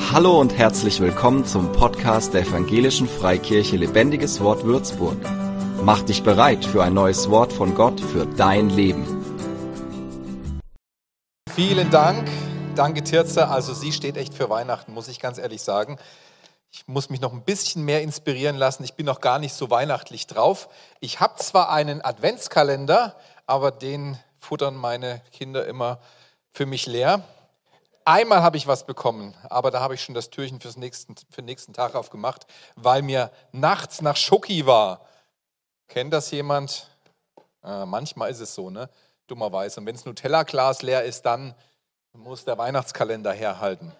Hallo und herzlich willkommen zum Podcast der Evangelischen Freikirche Lebendiges Wort Würzburg. Mach dich bereit für ein neues Wort von Gott für dein Leben. Vielen Dank. Danke, Tirza. Also sie steht echt für Weihnachten, muss ich ganz ehrlich sagen. Ich muss mich noch ein bisschen mehr inspirieren lassen. Ich bin noch gar nicht so weihnachtlich drauf. Ich habe zwar einen Adventskalender, aber den futtern meine Kinder immer für mich leer. Einmal habe ich was bekommen, aber da habe ich schon das Türchen für den nächsten Tag aufgemacht, weil mir nachts nach Schoki war. Kennt das jemand? Manchmal ist es so, ne? Dummerweise. Und wenn das Nutella-Glas leer ist, dann muss der Weihnachtskalender herhalten.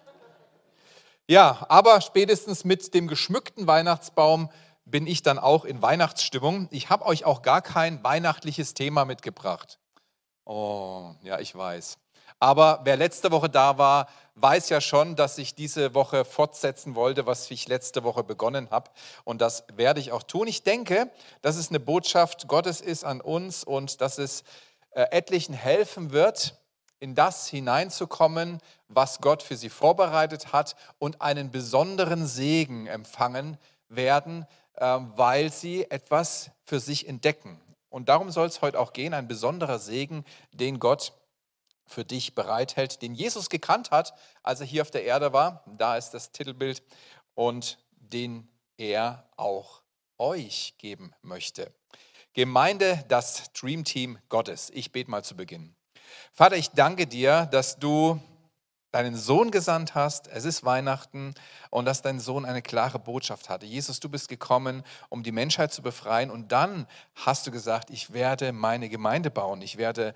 Ja, aber spätestens mit dem geschmückten Weihnachtsbaum bin ich dann auch in Weihnachtsstimmung. Ich habe euch auch gar kein weihnachtliches Thema mitgebracht. Oh, ja, ich weiß. Aber wer letzte Woche da war, weiß ja schon, dass ich diese Woche fortsetzen wollte, was ich letzte Woche begonnen habe. Und das werde ich auch tun. Ich denke, dass es eine Botschaft Gottes ist an uns und dass es etlichen helfen wird, in das hineinzukommen, was Gott für sie vorbereitet hat und einen besonderen Segen empfangen werden, weil sie etwas für sich entdecken. Und darum soll es heute auch gehen, ein besonderer Segen, den Gott für dich bereithält, den Jesus gekannt hat, als er hier auf der Erde war. Da ist das Titelbild und den er auch euch geben möchte. Gemeinde, das Dream Team Gottes. Ich bete mal zu Beginn. Vater, ich danke dir, dass du deinen Sohn gesandt hast, es ist Weihnachten und dass dein Sohn eine klare Botschaft hatte. Jesus, du bist gekommen, um die Menschheit zu befreien und dann hast du gesagt, ich werde meine Gemeinde bauen, ich werde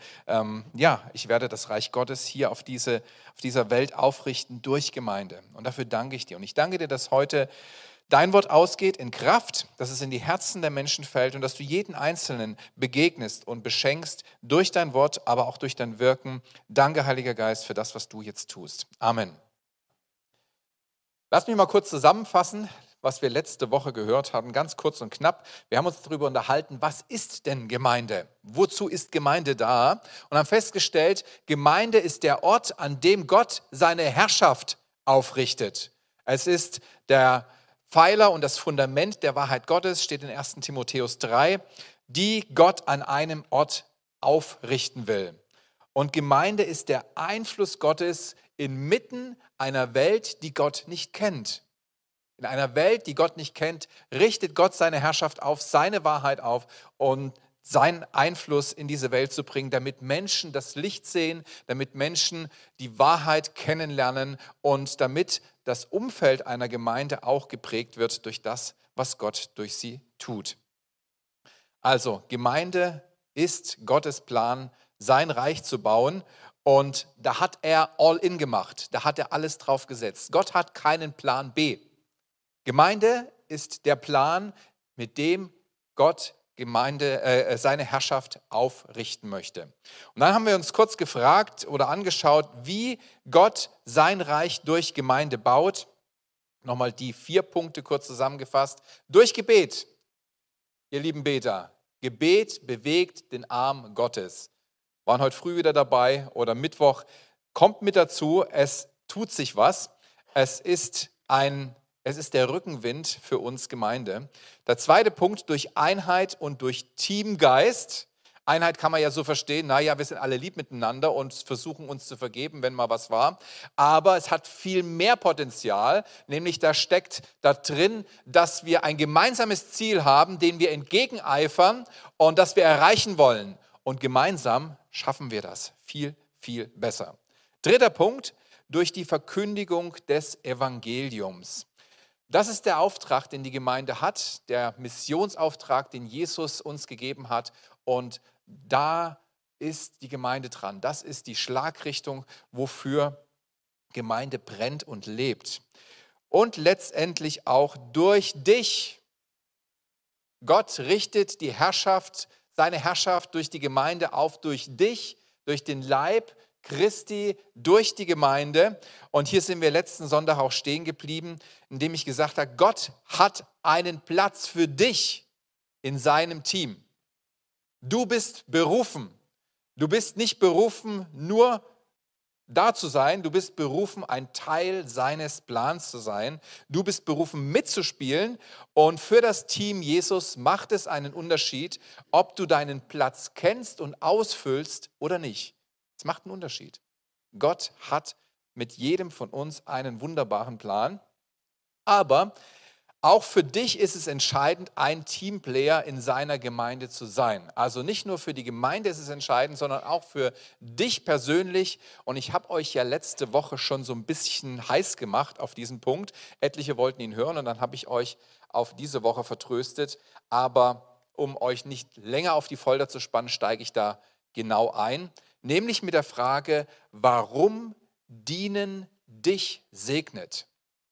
das Reich Gottes hier auf dieser Welt aufrichten durch Gemeinde und dafür danke ich dir. Und ich danke dir, dass heute dein Wort ausgeht in Kraft, dass es in die Herzen der Menschen fällt und dass du jeden Einzelnen begegnest und beschenkst durch dein Wort, aber auch durch dein Wirken. Danke, Heiliger Geist, für das, was du jetzt tust. Amen. Lass mich mal kurz zusammenfassen, was wir letzte Woche gehört haben, ganz kurz und knapp. Wir haben uns darüber unterhalten, was ist denn Gemeinde? Wozu ist Gemeinde da? Und haben festgestellt, Gemeinde ist der Ort, an dem Gott seine Herrschaft aufrichtet. Es ist der Pfeiler und das Fundament der Wahrheit Gottes, steht in 1. Timotheus 3, die Gott an einem Ort aufrichten will. Und Gemeinde ist der Einfluss Gottes inmitten einer Welt, die Gott nicht kennt. In einer Welt, die Gott nicht kennt, richtet Gott seine Herrschaft auf, seine Wahrheit auf und seinen Einfluss in diese Welt zu bringen, damit Menschen das Licht sehen, damit Menschen die Wahrheit kennenlernen und damit das Umfeld einer Gemeinde auch geprägt wird durch das, was Gott durch sie tut. Also, Gemeinde ist Gottes Plan, sein Reich zu bauen und da hat er all in gemacht, da hat er alles drauf gesetzt. Gott hat keinen Plan B. Gemeinde ist der Plan, mit dem Gott seine Herrschaft aufrichten möchte. Und dann haben wir uns kurz gefragt oder angeschaut, wie Gott sein Reich durch Gemeinde baut. Nochmal die 4 Punkte kurz zusammengefasst. Durch Gebet, ihr lieben Beter. Gebet bewegt den Arm Gottes. Waren heute früh wieder dabei oder Mittwoch. Kommt mit dazu, es tut sich was. Es ist der Rückenwind für uns Gemeinde. Der zweite Punkt, durch Einheit und durch Teamgeist. Einheit kann man ja so verstehen, naja, wir sind alle lieb miteinander und versuchen uns zu vergeben, wenn mal was war. Aber es hat viel mehr Potenzial, nämlich da steckt da drin, dass wir ein gemeinsames Ziel haben, dem wir entgegeneifern und das wir erreichen wollen. Und gemeinsam schaffen wir das viel, viel besser. Dritter Punkt, durch die Verkündigung des Evangeliums. Das ist der Auftrag, den die Gemeinde hat, der Missionsauftrag, den Jesus uns gegeben hat. Und da ist die Gemeinde dran. Das ist die Schlagrichtung, wofür Gemeinde brennt und lebt. Und letztendlich auch durch dich. Gott richtet die Herrschaft, seine Herrschaft durch die Gemeinde auf, durch dich, durch den Leib Christi, durch die Gemeinde. Und hier sind wir letzten Sonntag auch stehen geblieben, indem ich gesagt habe, Gott hat einen Platz für dich in seinem Team. Du bist berufen. Du bist nicht berufen, nur da zu sein, du bist berufen, ein Teil seines Plans zu sein. Du bist berufen, mitzuspielen. Und für das Team Jesus macht es einen Unterschied, ob du deinen Platz kennst und ausfüllst oder nicht. Es macht einen Unterschied. Gott hat mit jedem von uns einen wunderbaren Plan. Aber auch für dich ist es entscheidend, ein Teamplayer in seiner Gemeinde zu sein. Also nicht nur für die Gemeinde ist es entscheidend, sondern auch für dich persönlich. Und ich habe euch ja letzte Woche schon so ein bisschen heiß gemacht auf diesen Punkt. Etliche wollten ihn hören und dann habe ich euch auf diese Woche vertröstet. Aber um euch nicht länger auf die Folter zu spannen, steige ich da genau ein. Nämlich mit der Frage, warum Dienen dich segnet.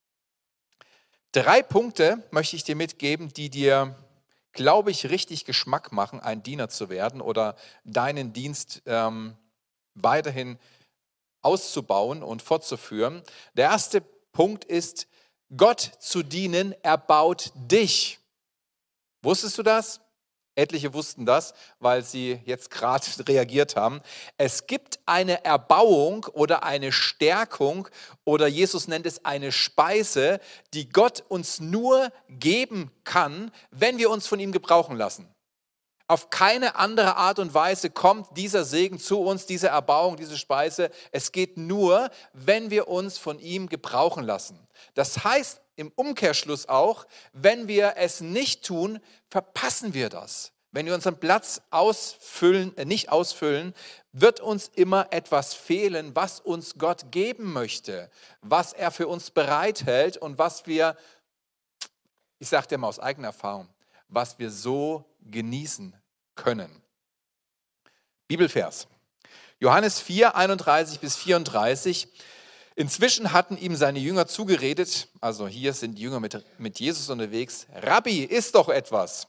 3 Punkte möchte ich dir mitgeben, die dir, glaube ich, richtig Geschmack machen, ein Diener zu werden oder deinen Dienst weiterhin auszubauen und fortzuführen. Der erste Punkt ist, Gott zu dienen erbaut dich. Wusstest du das? Etliche wussten das, weil sie jetzt gerade reagiert haben. Es gibt eine Erbauung oder eine Stärkung oder Jesus nennt es eine Speise, die Gott uns nur geben kann, wenn wir uns von ihm gebrauchen lassen. Auf keine andere Art und Weise kommt dieser Segen zu uns, diese Erbauung, diese Speise. Es geht nur, wenn wir uns von ihm gebrauchen lassen. Das heißt im Umkehrschluss auch, wenn wir es nicht tun, verpassen wir das. Wenn wir unseren Platz nicht ausfüllen, wird uns immer etwas fehlen, was uns Gott geben möchte, was er für uns bereithält und was wir, ich sage dir mal aus eigener Erfahrung, was wir so genießen können. Bibelvers. Johannes 4, 31 bis 34. Inzwischen hatten ihm seine Jünger zugeredet, also hier sind die Jünger mit Jesus unterwegs, Rabbi, iss doch etwas.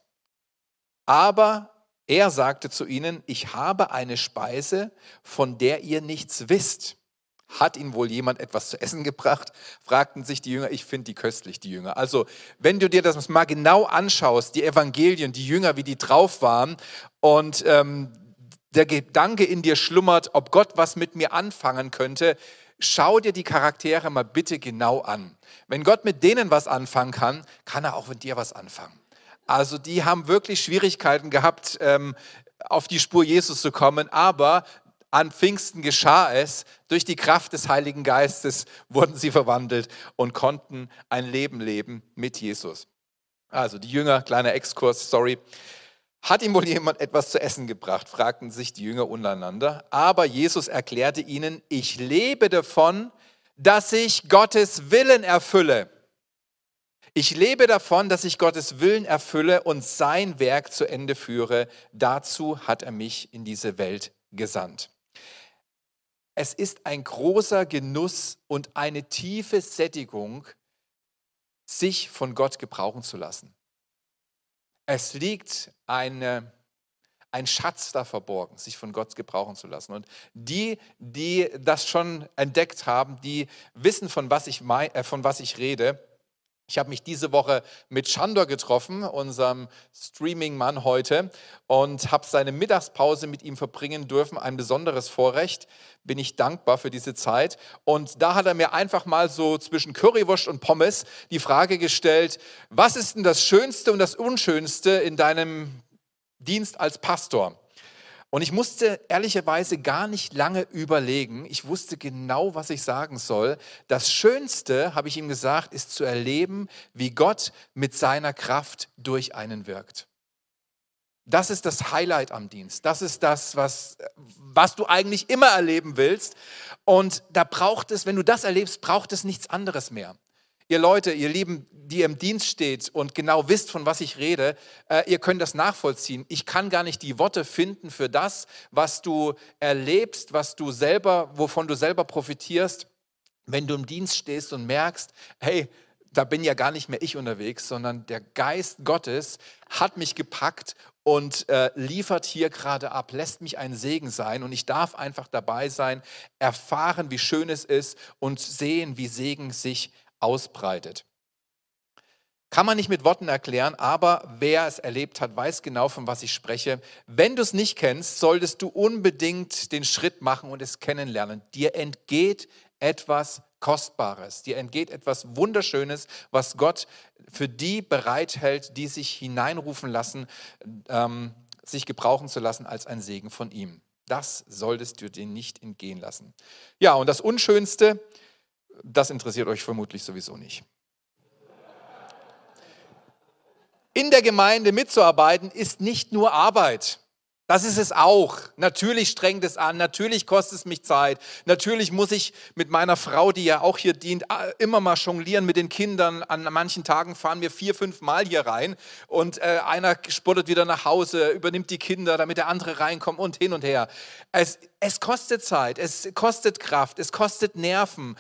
Aber er sagte zu ihnen, ich habe eine Speise, von der ihr nichts wisst. Hat ihnen wohl jemand etwas zu essen gebracht? Fragten sich die Jünger. Ich finde die köstlich, die Jünger. Also, wenn du dir das mal genau anschaust, die Evangelien, die Jünger, wie die drauf waren und der Gedanke in dir schlummert, ob Gott was mit mir anfangen könnte, schau dir die Charaktere mal bitte genau an. Wenn Gott mit denen was anfangen kann, kann er auch mit dir was anfangen. Also die haben wirklich Schwierigkeiten gehabt, auf die Spur Jesus zu kommen, aber an Pfingsten geschah es, durch die Kraft des Heiligen Geistes wurden sie verwandelt und konnten ein Leben leben mit Jesus. Also die Jünger, kleiner Exkurs, sorry. Hat ihm wohl jemand etwas zu essen gebracht, fragten sich die Jünger untereinander. Aber Jesus erklärte ihnen, ich lebe davon, dass ich Gottes Willen erfülle. Ich lebe davon, dass ich Gottes Willen erfülle und sein Werk zu Ende führe. Dazu hat er mich in diese Welt gesandt. Es ist ein großer Genuss und eine tiefe Sättigung, sich von Gott gebrauchen zu lassen. Es liegt ein Schatz da verborgen, sich von Gott gebrauchen zu lassen. Und die das schon entdeckt haben, die wissen, von was ich rede. Ich habe mich diese Woche mit Chandor getroffen, unserem Streaming-Mann heute, und habe seine Mittagspause mit ihm verbringen dürfen. Ein besonderes Vorrecht, bin ich dankbar für diese Zeit. Und da hat er mir einfach mal so zwischen Currywurst und Pommes die Frage gestellt, was ist denn das Schönste und das Unschönste in deinem Dienst als Pastor? Und ich musste ehrlicherweise gar nicht lange überlegen. Ich wusste genau, was ich sagen soll. Das Schönste, habe ich ihm gesagt, ist zu erleben, wie Gott mit seiner Kraft durch einen wirkt. Das ist das Highlight am Dienst. Das ist das, was du eigentlich immer erleben willst. Und da braucht es, wenn du das erlebst, braucht es nichts anderes mehr. Ihr Leute, ihr Lieben, die ihr im Dienst steht und genau wisst, von was ich rede, ihr könnt das nachvollziehen. Ich kann gar nicht die Worte finden für das, was du erlebst, wovon du selber profitierst, wenn du im Dienst stehst und merkst, hey, da bin ja gar nicht mehr ich unterwegs, sondern der Geist Gottes hat mich gepackt und liefert hier gerade ab, lässt mich ein Segen sein und ich darf einfach dabei sein, erfahren, wie schön es ist und sehen, wie Segen sich ausbreitet. Kann man nicht mit Worten erklären, aber wer es erlebt hat, weiß genau, von was ich spreche. Wenn du es nicht kennst, solltest du unbedingt den Schritt machen und es kennenlernen. Dir entgeht etwas Kostbares, dir entgeht etwas Wunderschönes, was Gott für die bereithält, die sich hineinrufen lassen, sich gebrauchen zu lassen als ein Segen von ihm. Das solltest du dir nicht entgehen lassen. Ja, und das Unschönste, das interessiert euch vermutlich sowieso nicht. In der Gemeinde mitzuarbeiten ist nicht nur Arbeit. Das ist es auch. Natürlich strengt es an, natürlich kostet es mich Zeit. Natürlich muss ich mit meiner Frau, die ja auch hier dient, immer mal jonglieren mit den Kindern. An manchen Tagen fahren wir 4, 5 Mal hier rein und einer spurtet wieder nach Hause, übernimmt die Kinder, damit der andere reinkommt und hin und her. Es kostet Zeit, es kostet Kraft, es kostet Nerven.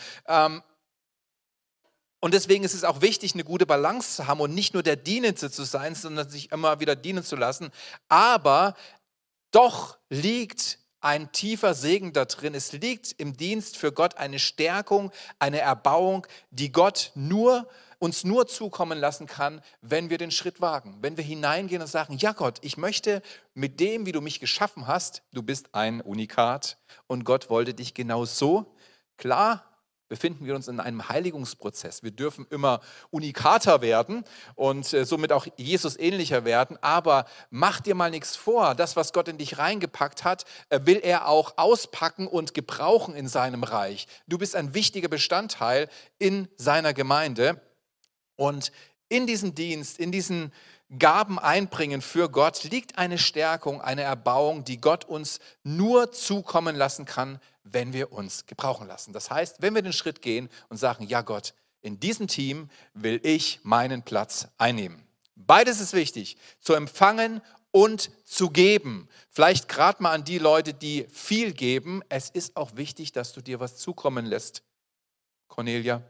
Und deswegen ist es auch wichtig, eine gute Balance zu haben und nicht nur der Dienende zu sein, sondern sich immer wieder dienen zu lassen. Aber doch liegt ein tiefer Segen da drin. Es liegt im Dienst für Gott eine Stärkung, eine Erbauung, die Gott uns nur zukommen lassen kann, wenn wir den Schritt wagen. Wenn wir hineingehen und sagen, ja Gott, ich möchte mit dem, wie du mich geschaffen hast, du bist ein Unikat und Gott wollte dich genau so. Klar, befinden wir uns in einem Heiligungsprozess. Wir dürfen immer unikater werden und somit auch Jesus ähnlicher werden. Aber mach dir mal nichts vor. Das, was Gott in dich reingepackt hat, will er auch auspacken und gebrauchen in seinem Reich. Du bist ein wichtiger Bestandteil in seiner Gemeinde. Und in diesem Dienst, in diesen Gaben einbringen für Gott, liegt eine Stärkung, eine Erbauung, die Gott uns nur zukommen lassen kann, wenn wir uns gebrauchen lassen. Das heißt, wenn wir den Schritt gehen und sagen, ja Gott, in diesem Team will ich meinen Platz einnehmen. Beides ist wichtig, zu empfangen und zu geben. Vielleicht gerade mal an die Leute, die viel geben. Es ist auch wichtig, dass du dir was zukommen lässt. Cornelia.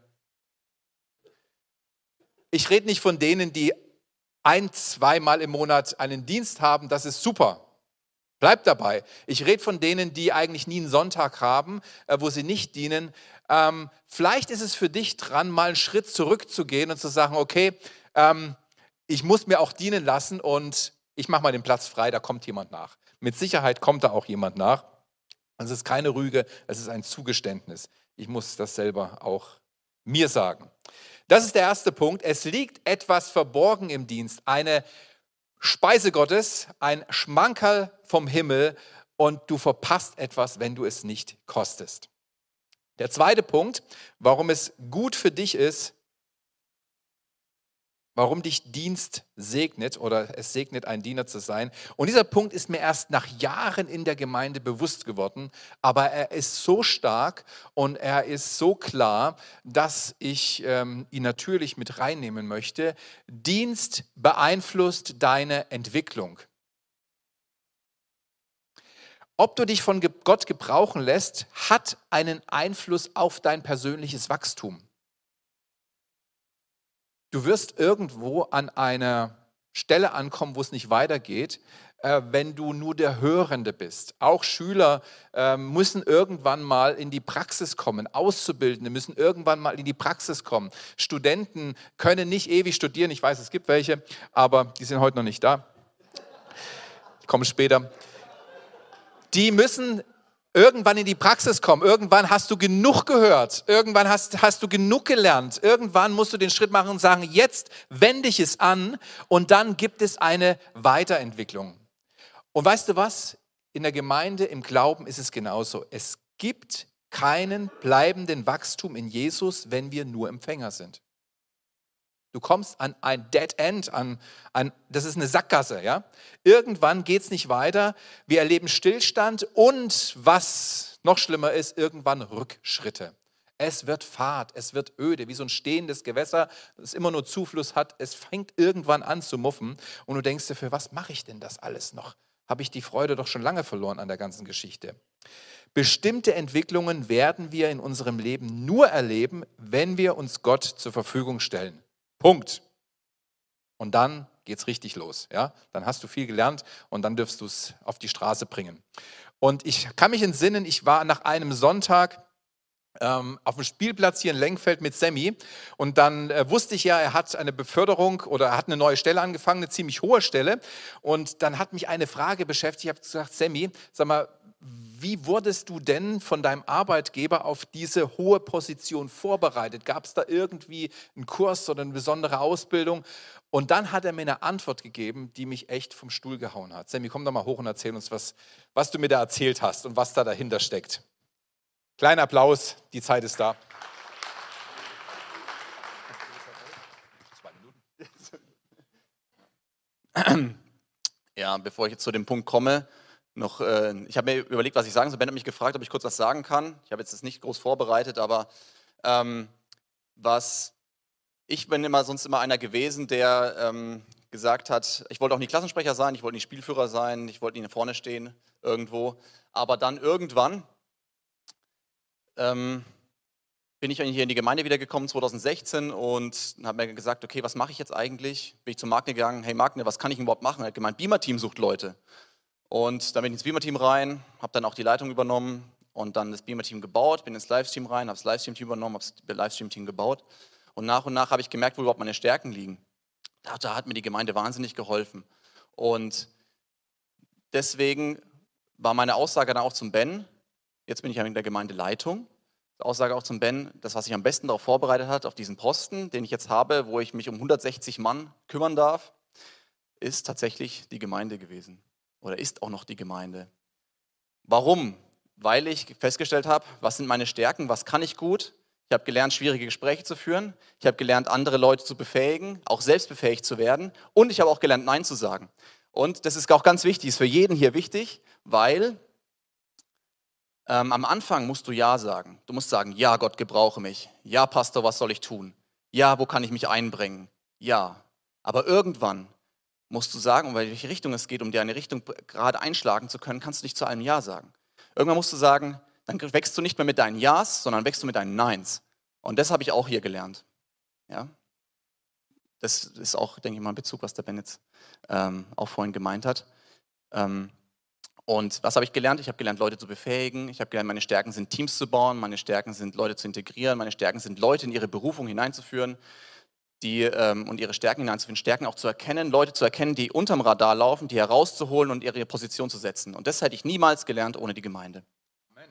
Ich rede nicht von denen, die 1-, 2-mal im Monat einen Dienst haben, das ist super. Bleib dabei. Ich rede von denen, die eigentlich nie einen Sonntag haben, wo sie nicht dienen. Vielleicht ist es für dich dran, mal einen Schritt zurückzugehen und zu sagen, okay, ich muss mir auch dienen lassen und ich mache mal den Platz frei, da kommt jemand nach. Mit Sicherheit kommt da auch jemand nach. Es ist keine Rüge, es ist ein Zugeständnis. Ich muss das selber auch mir sagen. Das ist der erste Punkt. Es liegt etwas verborgen im Dienst, eine Speise Gottes, ein Schmankerl vom Himmel und du verpasst etwas, wenn du es nicht kostest. Der zweite Punkt, warum es gut für dich ist, warum dich Dienst segnet oder es segnet, ein Diener zu sein. Und dieser Punkt ist mir erst nach Jahren in der Gemeinde bewusst geworden, aber er ist so stark und er ist so klar, dass ich ihn natürlich mit reinnehmen möchte. Dienst beeinflusst deine Entwicklung. Ob du dich von Gott gebrauchen lässt, hat einen Einfluss auf dein persönliches Wachstum. Du wirst irgendwo an einer Stelle ankommen, wo es nicht weitergeht, wenn du nur der Hörende bist. Auch Schüler müssen irgendwann mal in die Praxis kommen. Auszubildende müssen irgendwann mal in die Praxis kommen. Studenten können nicht ewig studieren. Ich weiß, es gibt welche, aber die sind heute noch nicht da. Ich komme später. Die müssen irgendwann in die Praxis kommen. Irgendwann hast du genug gehört. Irgendwann hast du genug gelernt. Irgendwann musst du den Schritt machen und sagen, jetzt wende ich es an und dann gibt es eine Weiterentwicklung. Und weißt du was? In der Gemeinde, im Glauben ist es genauso. Es gibt keinen bleibenden Wachstum in Jesus, wenn wir nur Empfänger sind. Du kommst an ein Dead End, das ist eine Sackgasse. Ja? Irgendwann geht es nicht weiter. Wir erleben Stillstand und was noch schlimmer ist, irgendwann Rückschritte. Es wird fad, es wird öde, wie so ein stehendes Gewässer, das immer nur Zufluss hat. Es fängt irgendwann an zu muffen und du denkst dir, für was mache ich denn das alles noch? Habe ich die Freude doch schon lange verloren an der ganzen Geschichte. Bestimmte Entwicklungen werden wir in unserem Leben nur erleben, wenn wir uns Gott zur Verfügung stellen. Punkt. Und dann geht es richtig los. Ja? Dann hast du viel gelernt und dann dürfst du es auf die Straße bringen. Und ich kann mich entsinnen, ich war nach einem Sonntag auf dem Spielplatz hier in Lengfeld mit Sammy und dann wusste ich ja, er hat eine Beförderung oder er hat eine neue Stelle angefangen, eine ziemlich hohe Stelle und dann hat mich eine Frage beschäftigt, ich habe gesagt, Sammy, sag mal, wie wurdest du denn von deinem Arbeitgeber auf diese hohe Position vorbereitet? Gab es da irgendwie einen Kurs oder eine besondere Ausbildung? Und dann hat er mir eine Antwort gegeben, die mich echt vom Stuhl gehauen hat. Sammy, komm doch mal hoch und erzähl uns, was du mir da erzählt hast und was da dahinter steckt. Kleiner Applaus, die Zeit ist da. 2 Minuten. Ja, bevor ich jetzt zu dem Punkt komme, ich habe mir überlegt, was ich sagen soll. Ben hat mich gefragt, ob ich kurz was sagen kann. Ich habe jetzt das nicht groß vorbereitet, aber ich bin sonst immer einer gewesen, der gesagt hat, ich wollte auch nie Klassensprecher sein, ich wollte nie Spielführer sein, ich wollte nie vorne stehen irgendwo. Aber dann irgendwann bin ich hier in die Gemeinde wiedergekommen, 2016, und habe mir gesagt, okay, was mache ich jetzt eigentlich? Bin ich zu Magne gegangen, hey Magne, was kann ich überhaupt machen? Er hat gemeint, Beamer-Team sucht Leute. Und dann bin ich ins Beamer-Team rein, habe dann auch die Leitung übernommen und dann das Beamer-Team gebaut, bin ins Livestream rein, habe das Livestream-Team übernommen, habe das Livestream-Team gebaut. Und nach habe ich gemerkt, wo überhaupt meine Stärken liegen. Da hat mir die Gemeinde wahnsinnig geholfen. Und deswegen war meine Aussage dann auch zum Ben, jetzt bin ich ja in der Gemeindeleitung, die Aussage auch zum Ben, das, was sich am besten darauf vorbereitet hat, auf diesen Posten, den ich jetzt habe, wo ich mich um 160 Mann kümmern darf, ist tatsächlich die Gemeinde gewesen. Oder ist auch noch die Gemeinde. Warum? Weil ich festgestellt habe, was sind meine Stärken, was kann ich gut. Ich habe gelernt, schwierige Gespräche zu führen. Ich habe gelernt, andere Leute zu befähigen, auch selbst befähigt zu werden. Und ich habe auch gelernt, Nein zu sagen. Und das ist auch ganz wichtig, ist für jeden hier wichtig, weil am Anfang musst du Ja sagen. Du musst sagen, ja, Gott, gebrauche mich. Ja, Pastor, was soll ich tun? Ja, wo kann ich mich einbringen? Ja. Aber irgendwann musst du sagen, um welche Richtung es geht, um dir eine Richtung gerade einschlagen zu können, kannst du nicht zu einem Ja sagen. Irgendwann musst du sagen, dann wächst du nicht mehr mit deinen Ja's, sondern wächst du mit deinen Neins. Und das habe ich auch hier gelernt. Ja? Das ist auch, denke ich mal, ein Bezug, was der Ben jetzt auch vorhin gemeint hat. Und was habe ich gelernt? Ich habe gelernt, Leute zu befähigen. Ich habe gelernt, meine Stärken sind, Teams zu bauen. Meine Stärken sind, Leute zu integrieren. Meine Stärken sind, Leute in ihre Berufung hineinzuführen. Und ihre Stärken hineinzufinden, Stärken auch zu erkennen, Leute zu erkennen, die unterm Radar laufen, die herauszuholen und ihre Position zu setzen. Und das hätte ich niemals gelernt ohne die Gemeinde. Amen.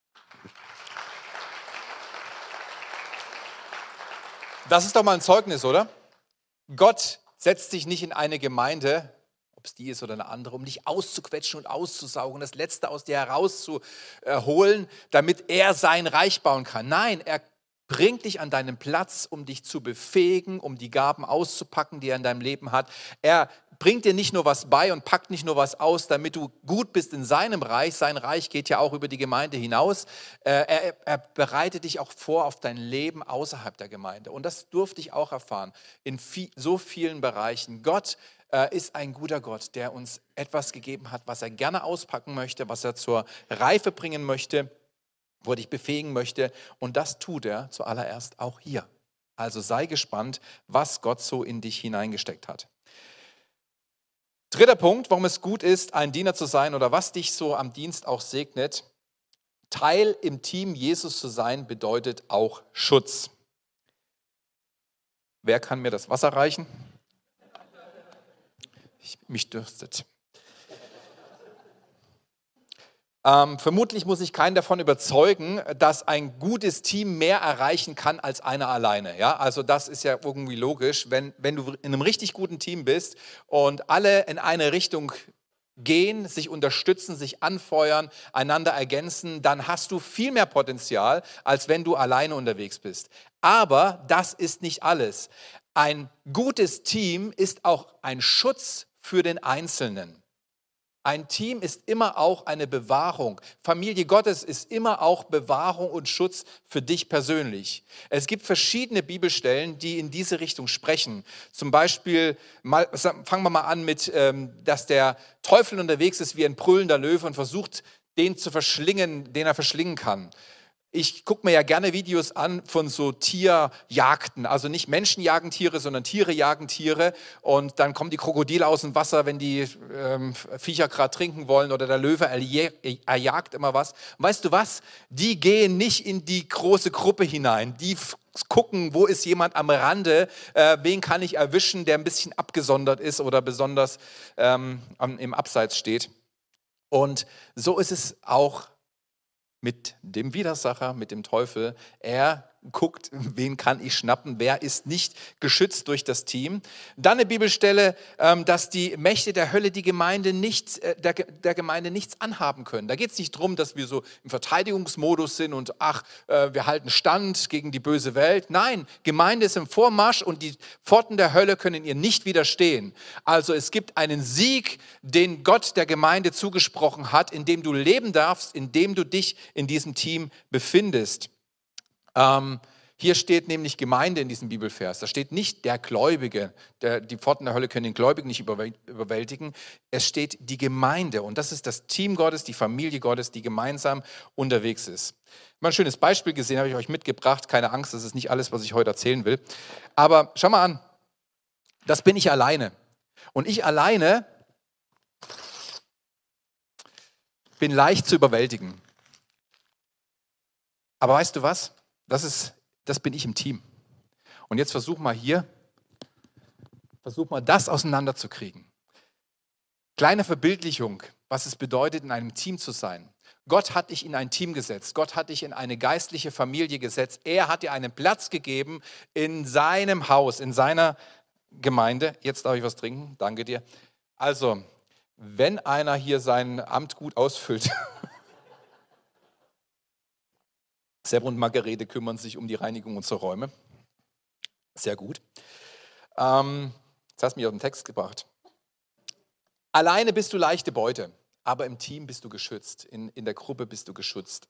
Das ist doch mal ein Zeugnis, oder? Gott setzt dich nicht in eine Gemeinde, ob es die ist oder eine andere, um dich auszuquetschen und auszusaugen, das Letzte aus dir herauszuholen, damit er sein Reich bauen kann. Nein, er bringt dich an deinen Platz, um dich zu befähigen, um die Gaben auszupacken, die er in deinem Leben hat. Er bringt dir nicht nur was bei und packt nicht nur was aus, damit du gut bist in seinem Reich. Sein Reich geht ja auch über die Gemeinde hinaus. Er bereitet dich auch vor auf dein Leben außerhalb der Gemeinde. Und das durfte ich auch erfahren in so vielen Bereichen. Gott ist ein guter Gott, der uns etwas gegeben hat, was er gerne auspacken möchte, was er zur Reife bringen möchte, wo er dich befähigen möchte. Und das tut er zuallererst auch hier. Also sei gespannt, was Gott so in dich hineingesteckt hat. Dritter Punkt, warum es gut ist, ein Diener zu sein oder was dich so am Dienst auch segnet. Teil im Team Jesus zu sein bedeutet auch Schutz. Wer kann mir das Wasser reichen? Mich dürstet. Vermutlich muss ich keinen davon überzeugen, dass ein gutes Team mehr erreichen kann als einer alleine. Ja? Also das ist ja irgendwie logisch. Wenn du in einem richtig guten Team bist und alle in eine Richtung gehen, sich unterstützen, sich anfeuern, einander ergänzen, dann hast du viel mehr Potenzial, als wenn du alleine unterwegs bist. Aber das ist nicht alles. Ein gutes Team ist auch ein Schutz für den Einzelnen. Ein Team ist immer auch eine Bewahrung. Familie Gottes ist immer auch Bewahrung und Schutz für dich persönlich. Es gibt verschiedene Bibelstellen, die in diese Richtung sprechen. Zum Beispiel, fangen wir mal an mit, dass der Teufel unterwegs ist wie ein brüllender Löwe und versucht, den zu verschlingen, den er verschlingen kann. Ich gucke mir ja gerne Videos an von so Tierjagden. Also nicht Menschen jagen Tiere, sondern Tiere jagen Tiere. Und dann kommen die Krokodile aus dem Wasser, wenn die Viecher gerade trinken wollen. Oder der Löwe erjagt immer was. Und weißt du was? Die gehen nicht in die große Gruppe hinein. Die gucken, wo ist jemand am Rande, wen kann ich erwischen, der ein bisschen abgesondert ist oder besonders im Abseits steht. Und so ist es auch mit dem Widersacher, mit dem Teufel. Er guckt, wen kann ich schnappen, wer ist nicht geschützt durch das Team. Dann eine Bibelstelle, dass die Mächte der Hölle die Gemeinde der Gemeinde nichts anhaben können. Da geht es nicht darum, dass wir so im Verteidigungsmodus sind und wir halten Stand gegen die böse Welt. Nein, Gemeinde ist im Vormarsch und die Pforten der Hölle können ihr nicht widerstehen. Also es gibt einen Sieg, den Gott der Gemeinde zugesprochen hat, in dem du leben darfst, in dem du dich in diesem Team befindest. Hier steht nämlich Gemeinde in diesem Bibelvers. Da steht nicht der Gläubige, die Pforten der Hölle können den Gläubigen nicht überwältigen. Es steht die Gemeinde und das ist das Team Gottes, die Familie Gottes, die gemeinsam unterwegs ist. Mal ein schönes Beispiel gesehen, habe ich euch mitgebracht. Keine Angst, das ist nicht alles, was ich heute erzählen will. Aber schau mal an, das bin ich alleine. Und ich alleine bin leicht zu überwältigen. Aber weißt du was? Das bin ich im Team. Und jetzt versuch mal das auseinanderzukriegen. Kleine Verbildlichung, was es bedeutet, in einem Team zu sein. Gott hat dich in ein Team gesetzt. Gott hat dich in eine geistliche Familie gesetzt. Er hat dir einen Platz gegeben in seinem Haus, in seiner Gemeinde. Jetzt darf ich was trinken. Danke dir. Also, wenn einer hier sein Amt gut ausfüllt, Sepp und Margarete kümmern sich um die Reinigung unserer Räume. Sehr gut. Jetzt hast du mich auf den Text gebracht. Alleine bist du leichte Beute, aber im Team bist du geschützt. In der Gruppe bist du geschützt.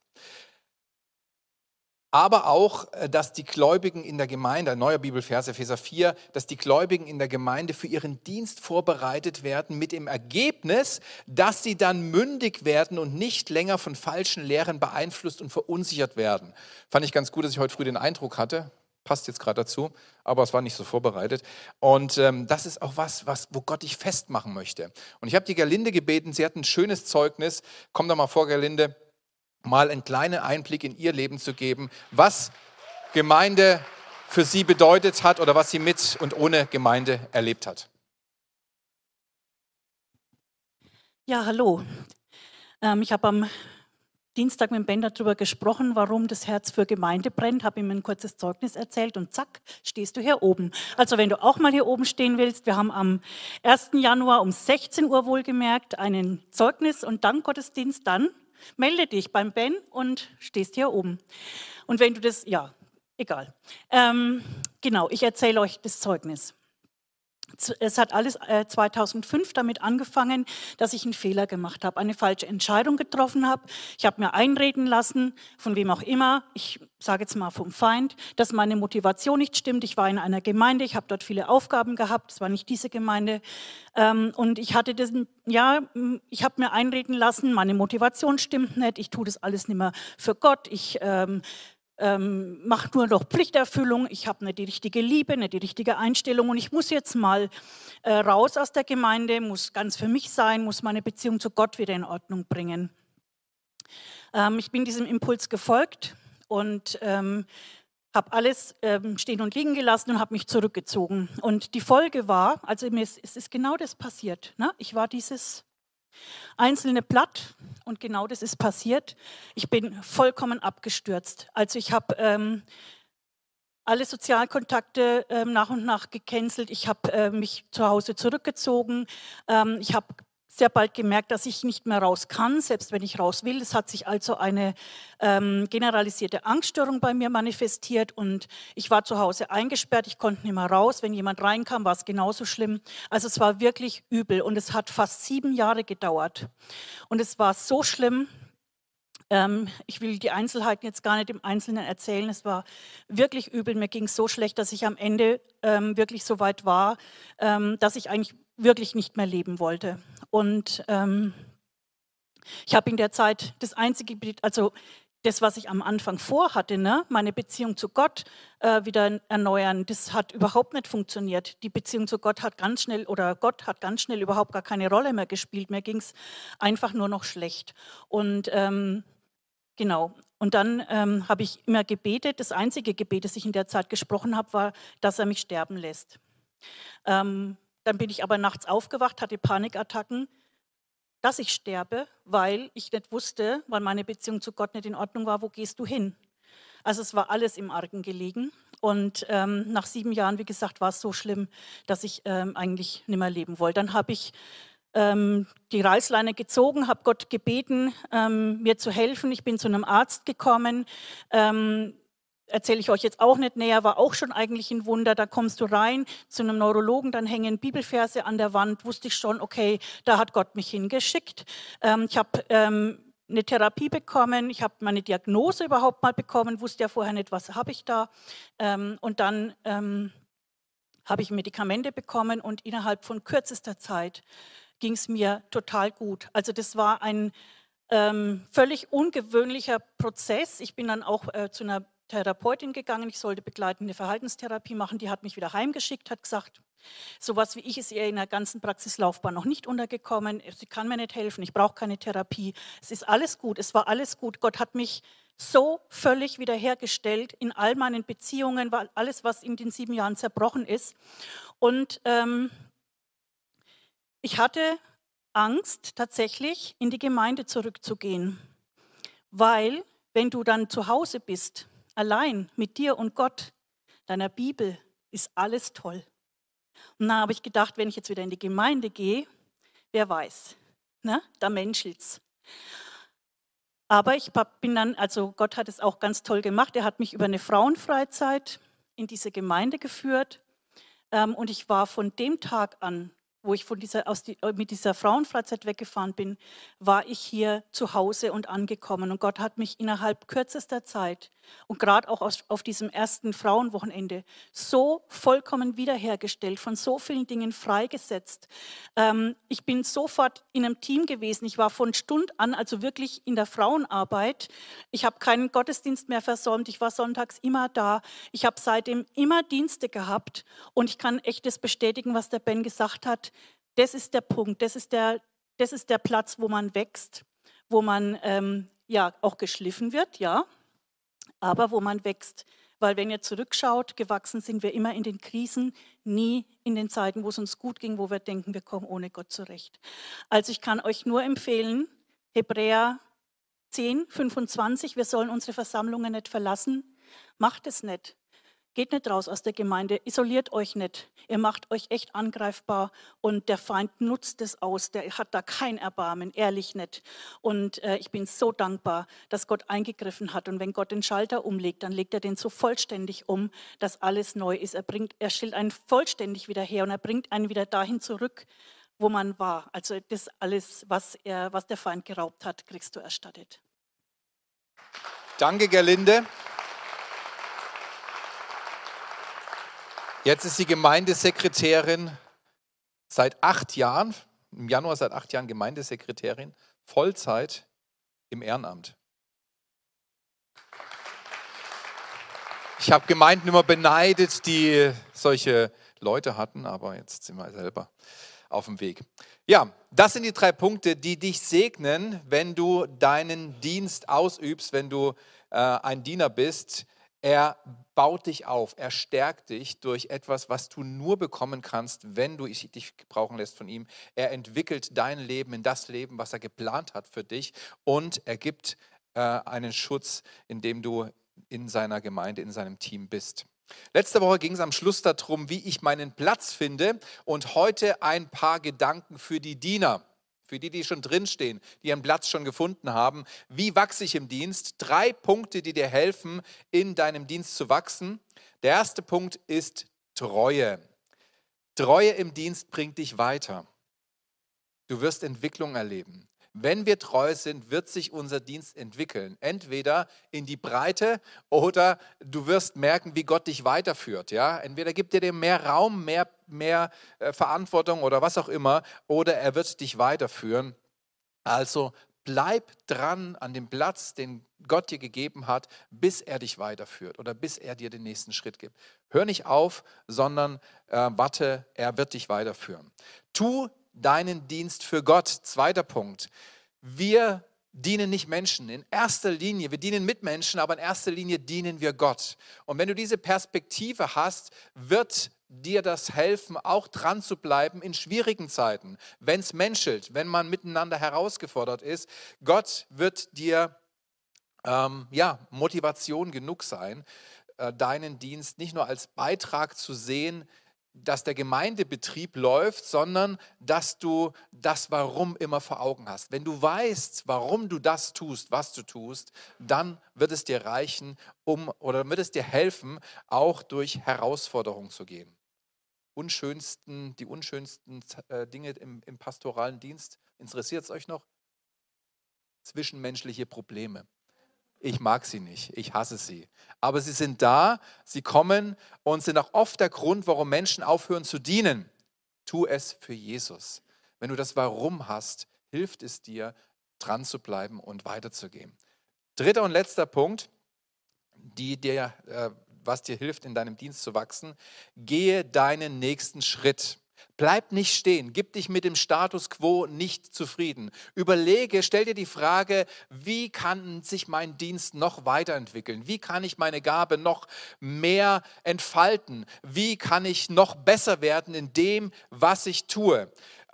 Aber auch, dass die Gläubigen in der Gemeinde, ein neuer Bibelvers, Epheser 4, dass die Gläubigen in der Gemeinde für ihren Dienst vorbereitet werden mit dem Ergebnis, dass sie dann mündig werden und nicht länger von falschen Lehren beeinflusst und verunsichert werden. Fand ich ganz gut, dass ich heute früh den Eindruck hatte, passt jetzt gerade dazu, aber es war nicht so vorbereitet. Und das ist auch wo Gott dich festmachen möchte. Und ich habe die Gerlinde gebeten, sie hat ein schönes Zeugnis. Komm doch mal vor, Gerlinde. Mal einen kleinen Einblick in ihr Leben zu geben, was Gemeinde für sie bedeutet hat oder was sie mit und ohne Gemeinde erlebt hat. Ja, hallo. Ich habe am Dienstag mit Ben darüber gesprochen, warum das Herz für Gemeinde brennt, habe ihm ein kurzes Zeugnis erzählt und zack, stehst du hier oben. Also wenn du auch mal hier oben stehen willst, wir haben am 1. Januar um 16 Uhr wohlgemerkt einen Zeugnis- und Dankgottesdienst, dann melde dich beim Ben und stehst hier oben. Und wenn du das, ja, egal. Genau, ich erzähle euch das Zeugnis. Es hat alles 2005 damit angefangen, dass ich einen Fehler gemacht habe, eine falsche Entscheidung getroffen habe. Ich habe mir einreden lassen, von wem auch immer, ich sage jetzt mal vom Feind, dass meine Motivation nicht stimmt. Ich war in einer Gemeinde, ich habe dort viele Aufgaben gehabt, es war nicht diese Gemeinde. Und ich hatte ich habe mir einreden lassen, meine Motivation stimmt nicht, ich tue das alles nicht mehr für Gott, ich mache nur noch Pflichterfüllung, ich habe nicht die richtige Liebe, nicht die richtige Einstellung und ich muss jetzt mal raus aus der Gemeinde, muss ganz für mich sein, muss meine Beziehung zu Gott wieder in Ordnung bringen. Ich bin diesem Impuls gefolgt und habe alles stehen und liegen gelassen und habe mich zurückgezogen. Und die Folge war, also es ist genau das passiert. Ne? Ich war dieses einzelne Blatt und genau das ist passiert. Ich bin vollkommen abgestürzt. Also ich habe alle Sozialkontakte nach und nach gecancelt. Ich habe mich zu Hause zurückgezogen. Ich habe sehr bald gemerkt, dass ich nicht mehr raus kann, selbst wenn ich raus will. Es hat sich also eine generalisierte Angststörung bei mir manifestiert und ich war zu Hause eingesperrt, ich konnte nicht mehr raus. Wenn jemand reinkam, war es genauso schlimm. Also es war wirklich übel und es hat fast 7 Jahre gedauert. Und es war so schlimm, ich will die Einzelheiten jetzt gar nicht im Einzelnen erzählen, es war wirklich übel, mir ging es so schlecht, dass ich am Ende wirklich so weit war, dass ich eigentlich wirklich nicht mehr leben wollte. Und ich habe in der Zeit das Einzige, also das, was ich am Anfang vorhatte, ne, meine Beziehung zu Gott wieder erneuern, das hat überhaupt nicht funktioniert. Die Beziehung zu Gott hat ganz schnell, oder Gott hat ganz schnell überhaupt gar keine Rolle mehr gespielt. Mir ging es einfach nur noch schlecht. Und genau. Und dann habe ich immer gebetet. Das einzige Gebet, das ich in der Zeit gesprochen habe, war, dass er mich sterben lässt. Dann bin ich aber nachts aufgewacht, hatte Panikattacken, dass ich sterbe, weil ich nicht wusste, weil meine Beziehung zu Gott nicht in Ordnung war, wo gehst du hin? Also es war alles im Argen gelegen. Und nach 7 Jahren, wie gesagt, war es so schlimm, dass ich eigentlich nicht mehr leben wollte. Dann habe ich die Reißleine gezogen, habe Gott gebeten, mir zu helfen. Ich bin zu einem Arzt gekommen. Erzähle ich euch jetzt auch nicht näher, war auch schon eigentlich ein Wunder. Da kommst du rein zu einem Neurologen, dann hängen Bibelverse an der Wand, wusste ich schon, okay, da hat Gott mich hingeschickt. Ich habe eine Therapie bekommen, ich habe meine Diagnose überhaupt mal bekommen, wusste ja vorher nicht, was habe ich da. Und dann habe ich Medikamente bekommen und innerhalb von kürzester Zeit ging es mir total gut. Also das war ein völlig ungewöhnlicher Prozess. Ich bin dann auch zu einer Therapeutin gegangen, ich sollte begleitende Verhaltenstherapie machen, die hat mich wieder heimgeschickt, hat gesagt, sowas wie ich ist ihr in der ganzen Praxislaufbahn noch nicht untergekommen, sie kann mir nicht helfen, ich brauche keine Therapie, es ist alles gut, es war alles gut, Gott hat mich so völlig wiederhergestellt in all meinen Beziehungen, weil alles, was in den 7 Jahren zerbrochen ist. Und ich hatte Angst, tatsächlich in die Gemeinde zurückzugehen, weil wenn du dann zu Hause bist, allein mit dir und Gott, deiner Bibel, ist alles toll. Und dann habe ich gedacht, wenn ich jetzt wieder in die Gemeinde gehe, wer weiß, ne? Da menschelt's. Aber ich bin dann, also Gott hat es auch ganz toll gemacht, er hat mich über eine Frauenfreizeit in diese Gemeinde geführt und ich war von dem Tag an, wo ich mit dieser Frauenfreizeit weggefahren bin, war ich hier zu Hause und angekommen. Und Gott hat mich innerhalb kürzester Zeit und gerade auch auf diesem ersten Frauenwochenende so vollkommen wiederhergestellt, von so vielen Dingen freigesetzt. Ich bin sofort in einem Team gewesen. Ich war von Stund an, also wirklich in der Frauenarbeit. Ich habe keinen Gottesdienst mehr versäumt. Ich war sonntags immer da. Ich habe seitdem immer Dienste gehabt. Und ich kann echt das bestätigen, was der Ben gesagt hat. Das ist der Punkt, das ist der Platz, wo man wächst, wo man ja auch geschliffen wird, ja, aber wo man wächst. Weil wenn ihr zurückschaut, gewachsen sind wir immer in den Krisen, nie in den Zeiten, wo es uns gut ging, wo wir denken, wir kommen ohne Gott zurecht. Also ich kann euch nur empfehlen, Hebräer 10, 25, wir sollen unsere Versammlungen nicht verlassen. Macht es nicht. Geht nicht raus aus der Gemeinde, isoliert euch nicht. Ihr macht euch echt angreifbar und der Feind nutzt es aus. Der hat da kein Erbarmen, ehrlich nicht. Und ich bin so dankbar, dass Gott eingegriffen hat. Und wenn Gott den Schalter umlegt, dann legt er den so vollständig um, dass alles neu ist. Er stellt einen vollständig wieder her und er bringt einen wieder dahin zurück, wo man war. Also das alles, was der Feind geraubt hat, kriegst du erstattet. Danke, Gerlinde. Jetzt ist sie Gemeindesekretärin seit 8 Jahren, im Januar seit 8 Jahren Gemeindesekretärin, Vollzeit im Ehrenamt. Ich habe Gemeinden immer beneidet, die solche Leute hatten, aber jetzt sind wir selber auf dem Weg. Ja, das sind die 3 Punkte, die dich segnen, wenn du deinen Dienst ausübst, wenn du ein Diener bist. Er baut dich auf, er stärkt dich durch etwas, was du nur bekommen kannst, wenn du dich gebrauchen lässt von ihm. Er entwickelt dein Leben in das Leben, was er geplant hat für dich und er gibt einen Schutz, indem du in seiner Gemeinde, in seinem Team bist. Letzte Woche ging es am Schluss darum, wie ich meinen Platz finde und heute ein paar Gedanken für die Diener. Für die, die schon drinstehen, die ihren Platz schon gefunden haben. Wie wachse ich im Dienst? 3 Punkte, die dir helfen, in deinem Dienst zu wachsen. Der erste Punkt ist Treue. Treue im Dienst bringt dich weiter. Du wirst Entwicklung erleben. Wenn wir treu sind, wird sich unser Dienst entwickeln. Entweder in die Breite oder du wirst merken, wie Gott dich weiterführt. Ja? Entweder gibt er dir mehr Raum, mehr Verantwortung oder was auch immer, oder er wird dich weiterführen. Also bleib dran an dem Platz, den Gott dir gegeben hat, bis er dich weiterführt oder bis er dir den nächsten Schritt gibt. Hör nicht auf, sondern warte, er wird dich weiterführen. Tu deinen Dienst für Gott. Zweiter Punkt. Wir dienen nicht Menschen. In erster Linie, wir dienen Mitmenschen, aber in erster Linie dienen wir Gott. Und wenn du diese Perspektive hast, wird dir das helfen, auch dran zu bleiben in schwierigen Zeiten, wenn es menschelt, wenn man miteinander herausgefordert ist. Gott wird dir Motivation genug sein, deinen Dienst nicht nur als Beitrag zu sehen, dass der Gemeindebetrieb läuft, sondern dass du das Warum immer vor Augen hast. Wenn du weißt, warum du das tust, was du tust, dann wird es dir reichen, wird es dir helfen, auch durch Herausforderungen zu gehen. Die unschönsten Dinge im pastoralen Dienst, interessiert es euch noch? Zwischenmenschliche Probleme. Ich mag sie nicht, ich hasse sie. Aber sie sind da, sie kommen und sind auch oft der Grund, warum Menschen aufhören zu dienen. Tu es für Jesus. Wenn du das Warum hast, hilft es dir, dran zu bleiben und weiterzugehen. Dritter und letzter Punkt, was dir hilft, in deinem Dienst zu wachsen: Gehe deinen nächsten Schritt. Bleib nicht stehen, gib dich mit dem Status quo nicht zufrieden. Stell dir die Frage, wie kann sich mein Dienst noch weiterentwickeln? Wie kann ich meine Gabe noch mehr entfalten? Wie kann ich noch besser werden in dem, was ich tue?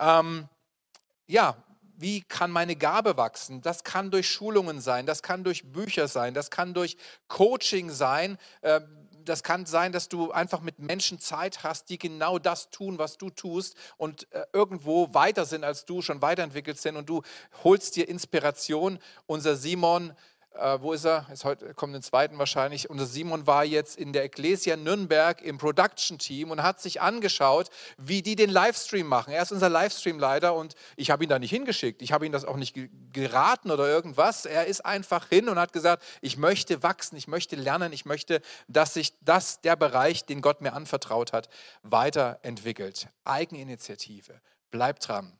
Wie kann meine Gabe wachsen? Das kann durch Schulungen sein, das kann durch Bücher sein, das kann durch Coaching sein. Das kann sein, dass du einfach mit Menschen Zeit hast, die genau das tun, was du tust und irgendwo weiter sind als du, schon weiterentwickelt sind, und du holst dir Inspiration. Unser Simon, wo ist er? Heute kommt den zweiten wahrscheinlich. Unser Simon war jetzt in der Ecclesia Nürnberg im Production-Team und hat sich angeschaut, wie die den Livestream machen. Er ist unser Livestream-Leiter und ich habe ihn da nicht hingeschickt. Ich habe ihn das auch nicht geraten oder irgendwas. Er ist einfach hin und hat gesagt, ich möchte wachsen, ich möchte lernen, ich möchte, dass sich der Bereich, den Gott mir anvertraut hat, weiterentwickelt. Eigeninitiative. Bleib dran.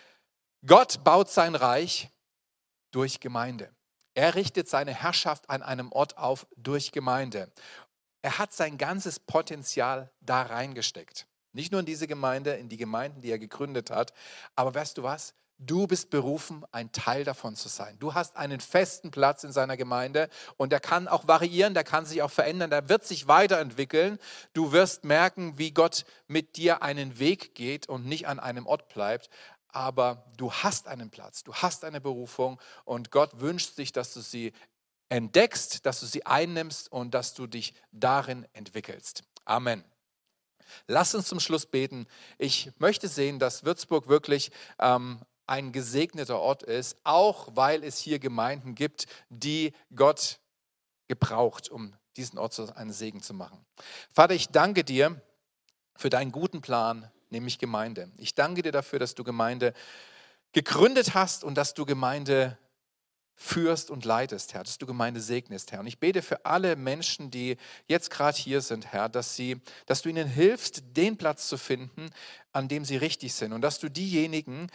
Gott baut sein Reich durch Gemeinde. Er richtet seine Herrschaft an einem Ort auf durch Gemeinde. Er hat sein ganzes Potenzial da reingesteckt. Nicht nur in diese Gemeinde, in die Gemeinden, die er gegründet hat. Aber weißt du was? Du bist berufen, ein Teil davon zu sein. Du hast einen festen Platz in seiner Gemeinde und der kann auch variieren, der kann sich auch verändern, der wird sich weiterentwickeln. Du wirst merken, wie Gott mit dir einen Weg geht und nicht an einem Ort bleibt. Aber du hast einen Platz, du hast eine Berufung und Gott wünscht sich, dass du sie entdeckst, dass du sie einnimmst und dass du dich darin entwickelst. Amen. Lass uns zum Schluss beten. Ich möchte sehen, dass Würzburg wirklich ein gesegneter Ort ist, auch weil es hier Gemeinden gibt, die Gott gebraucht, um diesen Ort zu einem Segen zu machen. Vater, ich danke dir für deinen guten Plan, nämlich Gemeinde. Ich danke dir dafür, dass du Gemeinde gegründet hast und dass du Gemeinde führst und leitest, Herr, dass du Gemeinde segnest, Herr. Und ich bete für alle Menschen, die jetzt gerade hier sind, Herr, dass du ihnen hilfst, den Platz zu finden, an dem sie richtig sind, und dass du diejenigen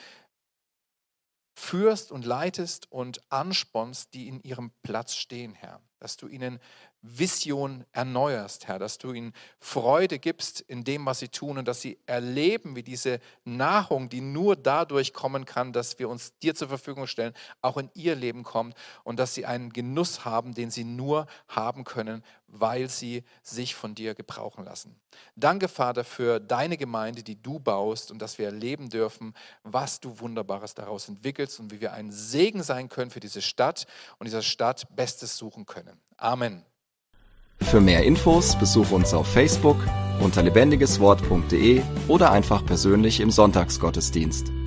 führst und leitest und anspornst, die in ihrem Platz stehen, Herr. Dass du ihnen Vision erneuerst, Herr, dass du ihnen Freude gibst in dem, was sie tun, und dass sie erleben, wie diese Nahrung, die nur dadurch kommen kann, dass wir uns dir zur Verfügung stellen, auch in ihr Leben kommt, und dass sie einen Genuss haben, den sie nur haben können, weil sie sich von dir gebrauchen lassen. Danke, Vater, für deine Gemeinde, die du baust, und dass wir erleben dürfen, was du Wunderbares daraus entwickelst und wie wir ein Segen sein können für diese Stadt und dieser Stadt Bestes suchen können. Amen. Für mehr Infos besuche uns auf Facebook unter lebendigeswort.de oder einfach persönlich im Sonntagsgottesdienst.